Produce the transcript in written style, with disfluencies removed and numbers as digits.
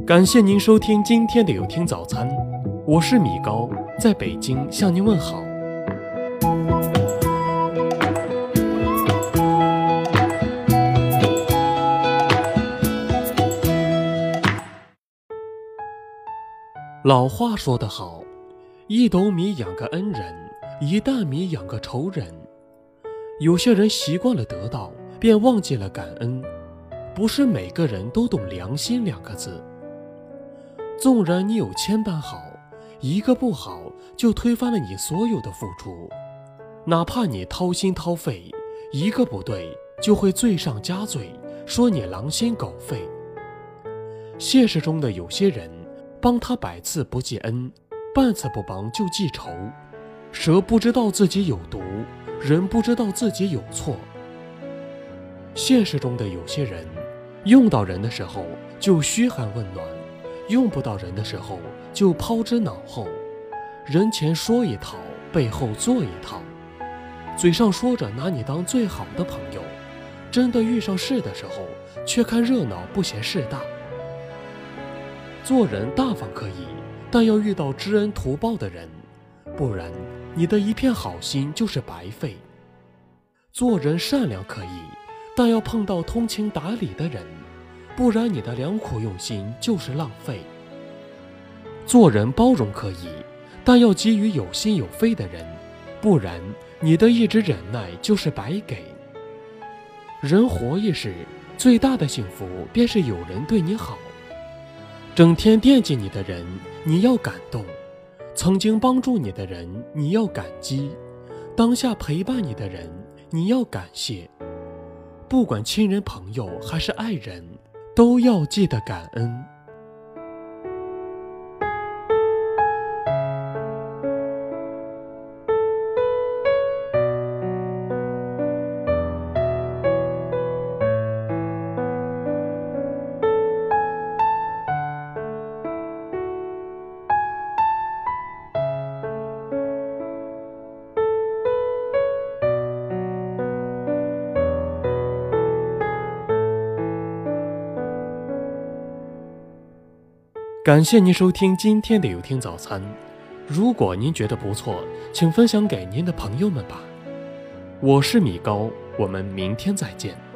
感谢您收听今天的有听早餐，我是米高，在北京向您问好。老话说得好，一斗米养个恩人，一担米养个仇人。有些人习惯了得到，便忘记了感恩。不是每个人都懂良心两个字。纵然你有千般好，一个不好就推翻了你所有的付出。哪怕你掏心掏肺，一个不对就会罪上加罪，说你狼心狗肺。现实中的有些人，帮他100次不记恩，半次不帮就记仇。蛇不知道自己有毒，人不知道自己有错。现实中的有些人，用到人的时候就嘘寒问暖，用不到人的时候就抛之脑后。人前说一套，背后做一套。嘴上说着拿你当最好的朋友，真的遇上事的时候却看热闹不嫌事大。做人大方可以，但要遇到知恩图报的人，不然你的一片好心就是白费。做人善良可以，但要碰到通情达理的人，不然你的良苦用心就是浪费。做人包容可以，但要给予有心有肺的人，不然你的一直忍耐就是白给。人活一世，最大的幸福便是有人对你好。整天惦记你的人，你要感动；曾经帮助你的人，你要感激；当下陪伴你的人，你要感谢。不管亲人朋友还是爱人，都要记得感恩。感谢您收听今天的有听早餐。如果您觉得不错，请分享给您的朋友们吧。我是米高，我们明天再见。